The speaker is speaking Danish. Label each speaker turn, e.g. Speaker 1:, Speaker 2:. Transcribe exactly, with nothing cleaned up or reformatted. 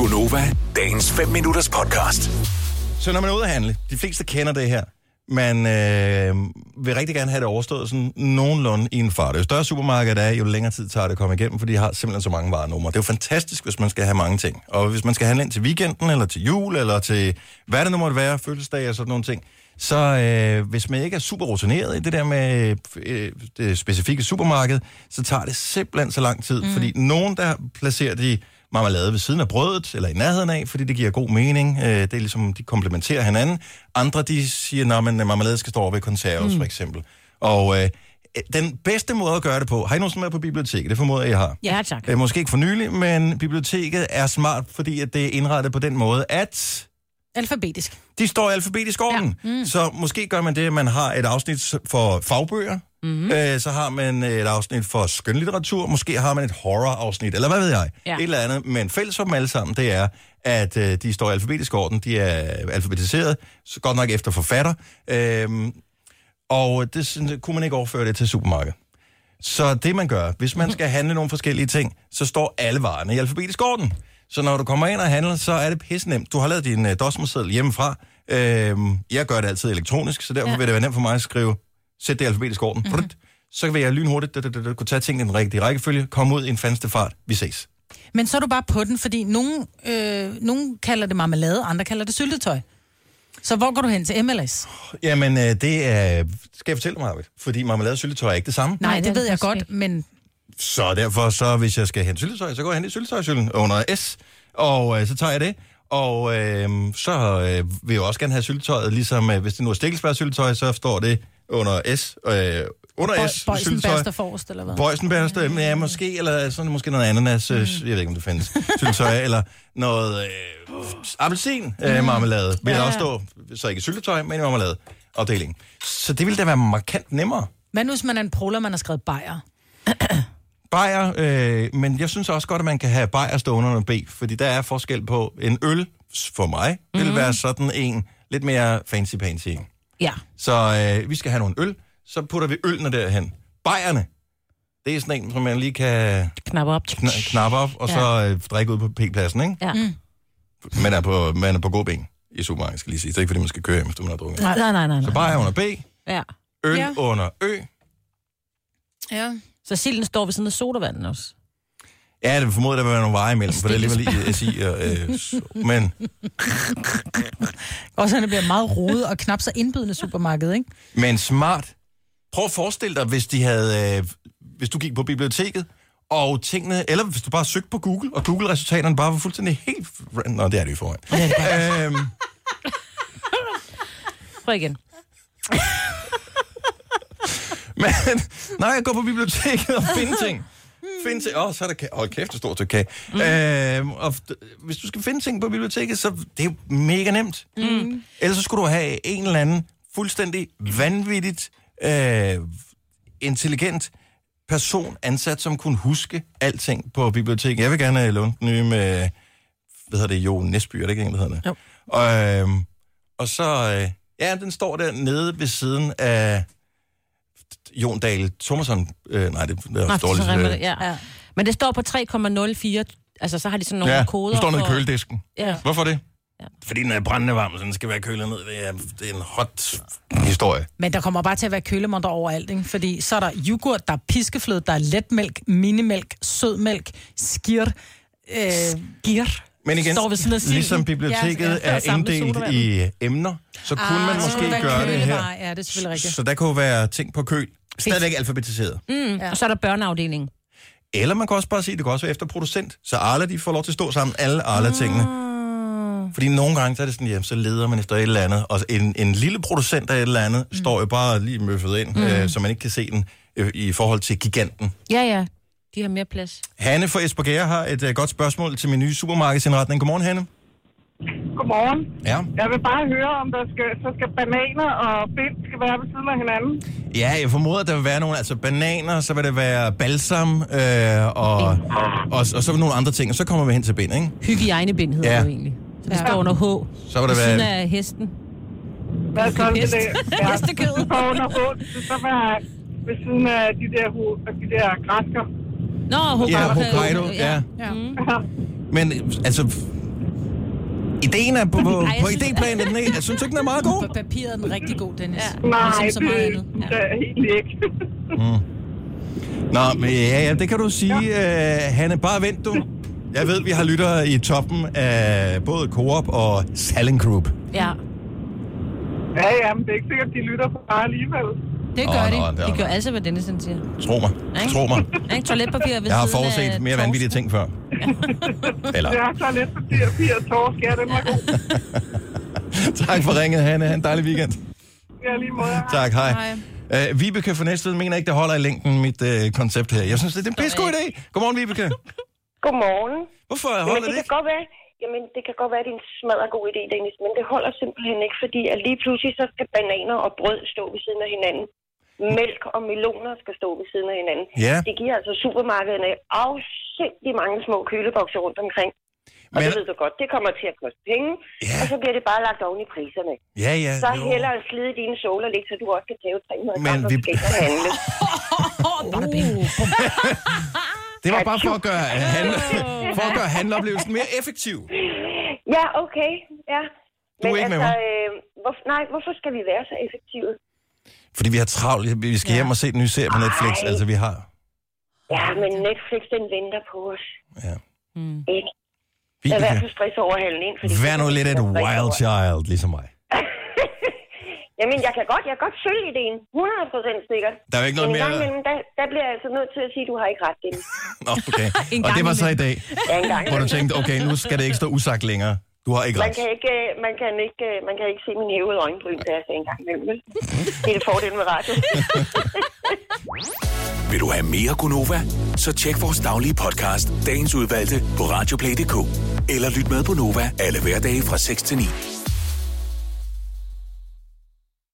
Speaker 1: Gonova, dagens fem minutters podcast.
Speaker 2: Så når man er ude at handle, de fleste kender det her, man øh, vil rigtig gerne have det overstået sådan nogenlunde i en fart. Jo større supermarkedet er, jo længere tid tager det at komme igennem, for de har simpelthen så mange varenumre. Det er jo fantastisk, hvis man skal have mange ting. Og hvis man skal handle ind til weekenden, eller til jul, eller til hvad det nu måtte være, fødselsdag og sådan nogle ting, så øh, hvis man ikke er super rutineret i det der med øh, det specifikke supermarked, så tager det simpelthen så lang tid. Mm. Fordi nogen, der placerer de marmelade ved siden af brødet, eller i nærheden af, fordi det giver god mening. Øh, det er ligesom, de komplementerer hinanden. Andre, de siger, at marmelade skal stå over ved konserves, mm. for eksempel. Og øh, den bedste måde at gøre det på, har I nogensinde været på biblioteket? Det formoder jeg, I har.
Speaker 3: Ja, tak.
Speaker 2: Øh, måske ikke for nylig, men biblioteket er smart, fordi at det er indrettet på den måde, at
Speaker 3: alfabetisk.
Speaker 2: De står i alfabetisk orden. Ja. Mm. Så måske gør man det, at man har et afsnit for fagbøger, mm-hmm. øh, så har man et afsnit for skønlitteratur, måske har man et horror-afsnit, eller hvad ved jeg. Ja. Et eller andet. Men fælles for dem alle sammen, det er, at øh, de står i alfabetisk orden, de er alfabetiseret, så godt nok efter forfatter, øh, og det sådan, kunne man ikke overføre det til supermarkedet. Så det man gør, hvis man skal handle nogle forskellige ting, så står alle varerne i alfabetisk orden. Så når du kommer ind og handler, så er det pisse nemt. Du har lavet din uh, dosmerseddel hjemmefra. Øhm, jeg gør det altid elektronisk, så derfor ja. vil det være nemt for mig at skrive, sæt det i alfabetisk orden. Mm-hmm. Så vil jeg lynhurtigt da, da, da, da, kunne tage tingene i den rigtige rækkefølge, komme ud i en fandeste fart. Vi ses.
Speaker 3: Men så er du bare på den, fordi nogen, øh, nogen kalder det marmelade, andre kalder det syltetøj. Så hvor går du hen til M L S?
Speaker 2: Jamen, øh, det er... Skal jeg fortælle mig, Arvid? Fordi marmelade og syltetøj er ikke det samme.
Speaker 3: Nej, det ved jeg godt, men...
Speaker 2: Så derfor, så hvis jeg skal hente syltetøj, så går jeg hen i syltetøjsylden under S, og øh, så tager jeg det. Og øh, så øh, vil jeg også gerne have syltetøjet, ligesom øh, hvis det nu er stikkelsbærsyltetøj, så står det under S. Øh, under S,
Speaker 3: Bøjsenbærster forrest, eller hvad?
Speaker 2: Bøjsenbærster, ja, ja, måske, eller sådan måske noget ananas, mm. jeg ved ikke, om det findes, syltetøj, eller noget øh, appelsin øh, marmelade, vil ja. også stå, så ikke syltetøj, men i marmeladeafdelingen. Så det ville da være markant nemmere.
Speaker 3: Men hvis man er en proler, man har skrevet bajer.
Speaker 2: Bajer, øh, men jeg synes også godt, at man kan have bajer stående under B, fordi der er forskel på en øl, for mig, mm. vil være sådan en lidt mere fancy-pansy.
Speaker 3: Ja.
Speaker 2: Så øh, vi skal have nogle øl, så putter vi ølene derhen. Bajerne, det er sådan en, som man lige kan
Speaker 3: knappe op,
Speaker 2: kn- knappe op og ja. så øh, drikke ud på P-pladsen, ikke? Ja. Mm. Man er på, man er på god ben i supermarkedet, skal lige sige. Det er ikke, fordi man skal køre hjem, hvis man har drukket.
Speaker 3: Nej, nej, nej, nej.
Speaker 2: Så bajer under B,
Speaker 3: ja.
Speaker 2: øl
Speaker 3: ja.
Speaker 2: under Ø.
Speaker 3: Ja. Så silden står ved sådan en sodavand også?
Speaker 2: Ja, det formoder, der vil være nogle veje imellem, for det er alligevel lige S I og øh, men...
Speaker 3: Og så det bliver meget rodet og knap så indbydende supermarked, ikke?
Speaker 2: Men smart. Prøv at forestille dig, hvis de havde... Øh, hvis du gik på biblioteket, og tingene... Eller hvis du bare søgte på Google, og Google-resultaterne bare var fuldstændig helt... Nå, det er det jo foran. Ja, det er øhm...
Speaker 3: Prøv igen.
Speaker 2: Men, nej, jeg går på biblioteket og finder ting. Finde ting. Åh, oh, så er der... Åh, oh, kæft, det står til kage. Mm. Øhm, og hvis du skal finde ting på biblioteket, så det er jo mega nemt. Mm. Ellers så skulle du have en eller anden fuldstændig vanvittigt øh, intelligent person ansat, som kunne huske alting på biblioteket. Jeg vil gerne låne den nye med... Hvad hedder det? Jo Næsby, er det ikke en, der hedder det? Jo. Og, øh, og så... Øh, ja, den står der nede ved siden af... Jon Dahl Thomasson, øh, nej, det, det er
Speaker 3: nej,
Speaker 2: dårligt.
Speaker 3: Øh. Ja. Ja. Men det står på tre komma nul fire, altså så har de sådan nogle
Speaker 2: ja,
Speaker 3: koder.
Speaker 2: det står nede i
Speaker 3: for...
Speaker 2: køledisken. Ja. Hvorfor det? Ja. Fordi den er brændende varm, så den skal være kølet ned. Det er, det er en hot historie.
Speaker 3: Men der kommer bare til at være kølemonter overalt, ikke? Fordi så er der yoghurt, der er piskefløde, der er letmælk, minimælk, sødmælk, skir, øh, skir.
Speaker 2: Men igen, ligesom biblioteket ja, er inddelt i emner, så ah, kunne man måske gøre det her.
Speaker 3: Ja, det er selvfølgelig rigtigt.
Speaker 2: Så der kunne være ting på køl. Stadigvæk alfabetiseret.
Speaker 3: Mm, ja. Og så er der børneafdelingen.
Speaker 2: Eller man kan også bare sige, at det kan også være efter producent. Så Arla, de får lov til at stå sammen, alle Arla-tingene. Mm. Fordi nogle gange, så er det sådan, ja, så leder man efter et eller andet. Og en, en lille producent af et eller andet, mm. står jo bare lige møffet ind, mm. øh, så man ikke kan se den øh, i forhold til giganten.
Speaker 3: Ja, ja. De har mere plads.
Speaker 2: Hanne fra Esbjerg har et uh, godt spørgsmål til min nye supermarkedsindretning. Godmorgen, Hanne.
Speaker 4: Godmorgen.
Speaker 2: Ja.
Speaker 4: Jeg vil bare høre, om der skal, så skal bananer og bind skal være ved siden af hinanden.
Speaker 2: Ja, jeg formoder, at der vil være nogle, altså bananer, så vil der være balsam, øh, og, og, og, og så vil nogle andre ting, og så kommer vi hen til bind, ikke?
Speaker 3: Hygiejnebind hedder ja. det jo egentlig. Så det ja. står under H.
Speaker 2: Så vil der være...
Speaker 3: Ved siden af hesten.
Speaker 4: Hvad så
Speaker 3: Hest.
Speaker 4: det? Ja.
Speaker 3: Hestekød.
Speaker 4: Det står under H. Det skal være ved siden af de der, de der græsker.
Speaker 3: Nå, Hokkaido.
Speaker 2: Ja, Hokkaido, ja. ja.
Speaker 3: Mm.
Speaker 2: Men altså, ideen er på, på,
Speaker 5: Ej, jeg
Speaker 2: på
Speaker 5: synes-
Speaker 2: idéplanen, den er, jeg synes ikke, den er meget
Speaker 3: På
Speaker 2: god.
Speaker 3: papiret er den rigtig god, Dennis.
Speaker 5: Ja.
Speaker 4: Nej,
Speaker 3: Ligesom
Speaker 4: det,
Speaker 3: så meget andet.
Speaker 4: det er helt ikke.
Speaker 2: Nå, men ja, ja, det kan du sige, ja. uh, Hanne. Bare vent, du. Jeg ved, vi har lyttere i toppen af både Coop og Salling Group.
Speaker 5: Ja.
Speaker 4: Ja, ja, men det er ikke sikkert, de lytter på bare alligevel.
Speaker 3: Det gør
Speaker 2: Åh,
Speaker 3: de.
Speaker 2: nå, det er-
Speaker 5: Det gør altid, hvad Dennis han siger.
Speaker 2: Tro mig.
Speaker 5: Ikke?
Speaker 2: Tro mig.
Speaker 5: Ikke? Toiletpapir ved
Speaker 2: Jeg har
Speaker 5: siden
Speaker 2: forudset
Speaker 5: af
Speaker 2: mere
Speaker 5: torsken.
Speaker 2: vanvittige ting før. Eller.
Speaker 4: Jeg har toiletpapir, papir og torsk. Ja, den var god.
Speaker 2: Tak for ringet, Hanne. Ha' en dejlig weekend.
Speaker 4: Ja, lige måde.
Speaker 2: Tak, hej.
Speaker 5: Hej.
Speaker 2: Uh, Vibeke fra Næstved mener ikke, det holder i længden, mit uh, koncept her. Jeg synes, det er en pissegod idé. Godmorgen, Vibeke.
Speaker 6: Godmorgen.
Speaker 2: Hvorfor
Speaker 6: Jamen,
Speaker 2: holder
Speaker 6: det
Speaker 2: det
Speaker 6: kan
Speaker 2: ikke?
Speaker 6: godt være, jamen, det kan godt være, at det er en smadret god idé, Dennis, men det holder simpelthen ikke, fordi at lige pludselig så skal bananer og brød stå ved siden af hinanden. Mælk og meloner skal stå ved siden af hinanden.
Speaker 2: Ja.
Speaker 6: Det giver altså supermarkederne afsindig mange små kølebokser rundt omkring. Og
Speaker 2: Men-
Speaker 6: det ved du godt, det kommer til at koste penge,
Speaker 2: Ja.
Speaker 6: og så bliver det bare lagt oven i priserne.
Speaker 2: Ja, ja.
Speaker 6: Så
Speaker 2: jo.
Speaker 6: hellere slide dine såler lidt, så du også kan tage tre hundrede
Speaker 2: Men
Speaker 6: gram og
Speaker 2: vi-
Speaker 6: skæg og handle.
Speaker 3: Bada bing.
Speaker 2: Det var bare for at gøre, handle, for at gøre handleoplevelsen mere effektiv.
Speaker 6: Ja, okay, ja.
Speaker 2: Du er ikke med
Speaker 6: altså,
Speaker 2: mig.
Speaker 6: øh, hvor, nej, hvorfor skal vi være så effektive?
Speaker 2: Fordi vi har travlt. Vi skal hjem og se den nye serie på Netflix.
Speaker 6: Ej.
Speaker 2: Altså, vi har...
Speaker 6: Ja, men Netflix, den venter på os.
Speaker 2: Ja.
Speaker 6: Ikke? Lad være
Speaker 2: Vibeke,
Speaker 6: for stress over at handle ind. Fordi
Speaker 2: vær nu lidt et wild child, ligesom mig.
Speaker 6: Jamen, jeg kan godt, jeg kan godt følge ideen. hundrede procent sikkert.
Speaker 2: Der er jo ikke noget
Speaker 6: Men en gang
Speaker 2: mere...
Speaker 6: imellem, der, der bliver jeg altså nødt til at sige, at du har ikke ret, Dennis.
Speaker 2: Nå, okay.
Speaker 5: En
Speaker 2: Og
Speaker 5: gang
Speaker 2: det var så i dag,
Speaker 6: Ja, en gang
Speaker 2: hvor du
Speaker 6: imellem.
Speaker 2: tænkte, okay, nu skal det ikke stå usagt længere. Du har ikke
Speaker 6: Man
Speaker 2: ret.
Speaker 6: kan ikke, øh, man kan ikke, øh, man kan ikke se min hævede øjenbryn, da jeg sagde en gang imellem. vel? Det er det fordel med radio.
Speaker 1: Vil du have mere Gunova? Så tjek vores daglige podcast, dagens udvalgte, på radioplay punktum d k. Eller lyt med på Nova alle hverdage fra seks til ni.